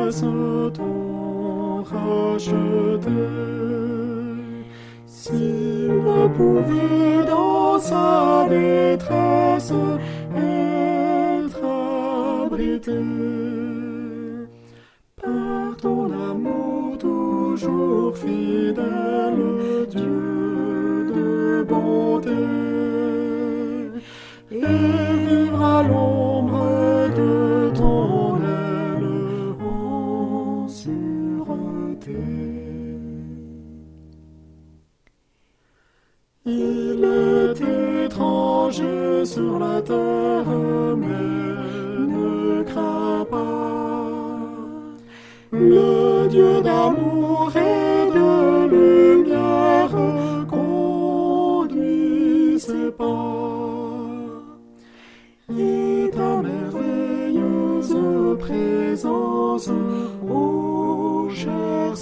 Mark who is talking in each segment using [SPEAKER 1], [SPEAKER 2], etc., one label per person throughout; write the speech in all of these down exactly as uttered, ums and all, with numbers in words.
[SPEAKER 1] promesses t'ont racheté. S'il ne pouvait dans sa détresse être abrité par ton amour toujours fidèle, Dieu de bonté, et vivre à l'ombre de ton aile en sûreté. Il est étranger sur la terre, mais ne crains pas. Le Dieu d'amour et de lumière conduit ses pas. Et ta merveilleuse présence, ô cher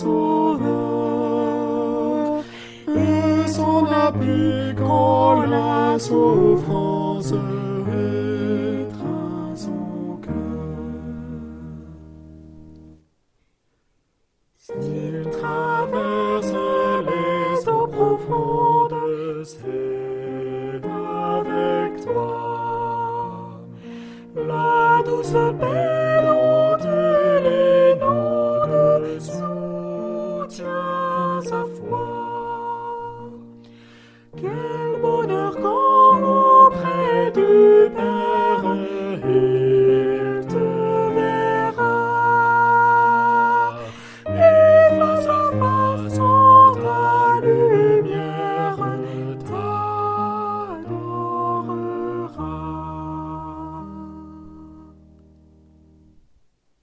[SPEAKER 1] Sauveur, et son appui quand la souffrance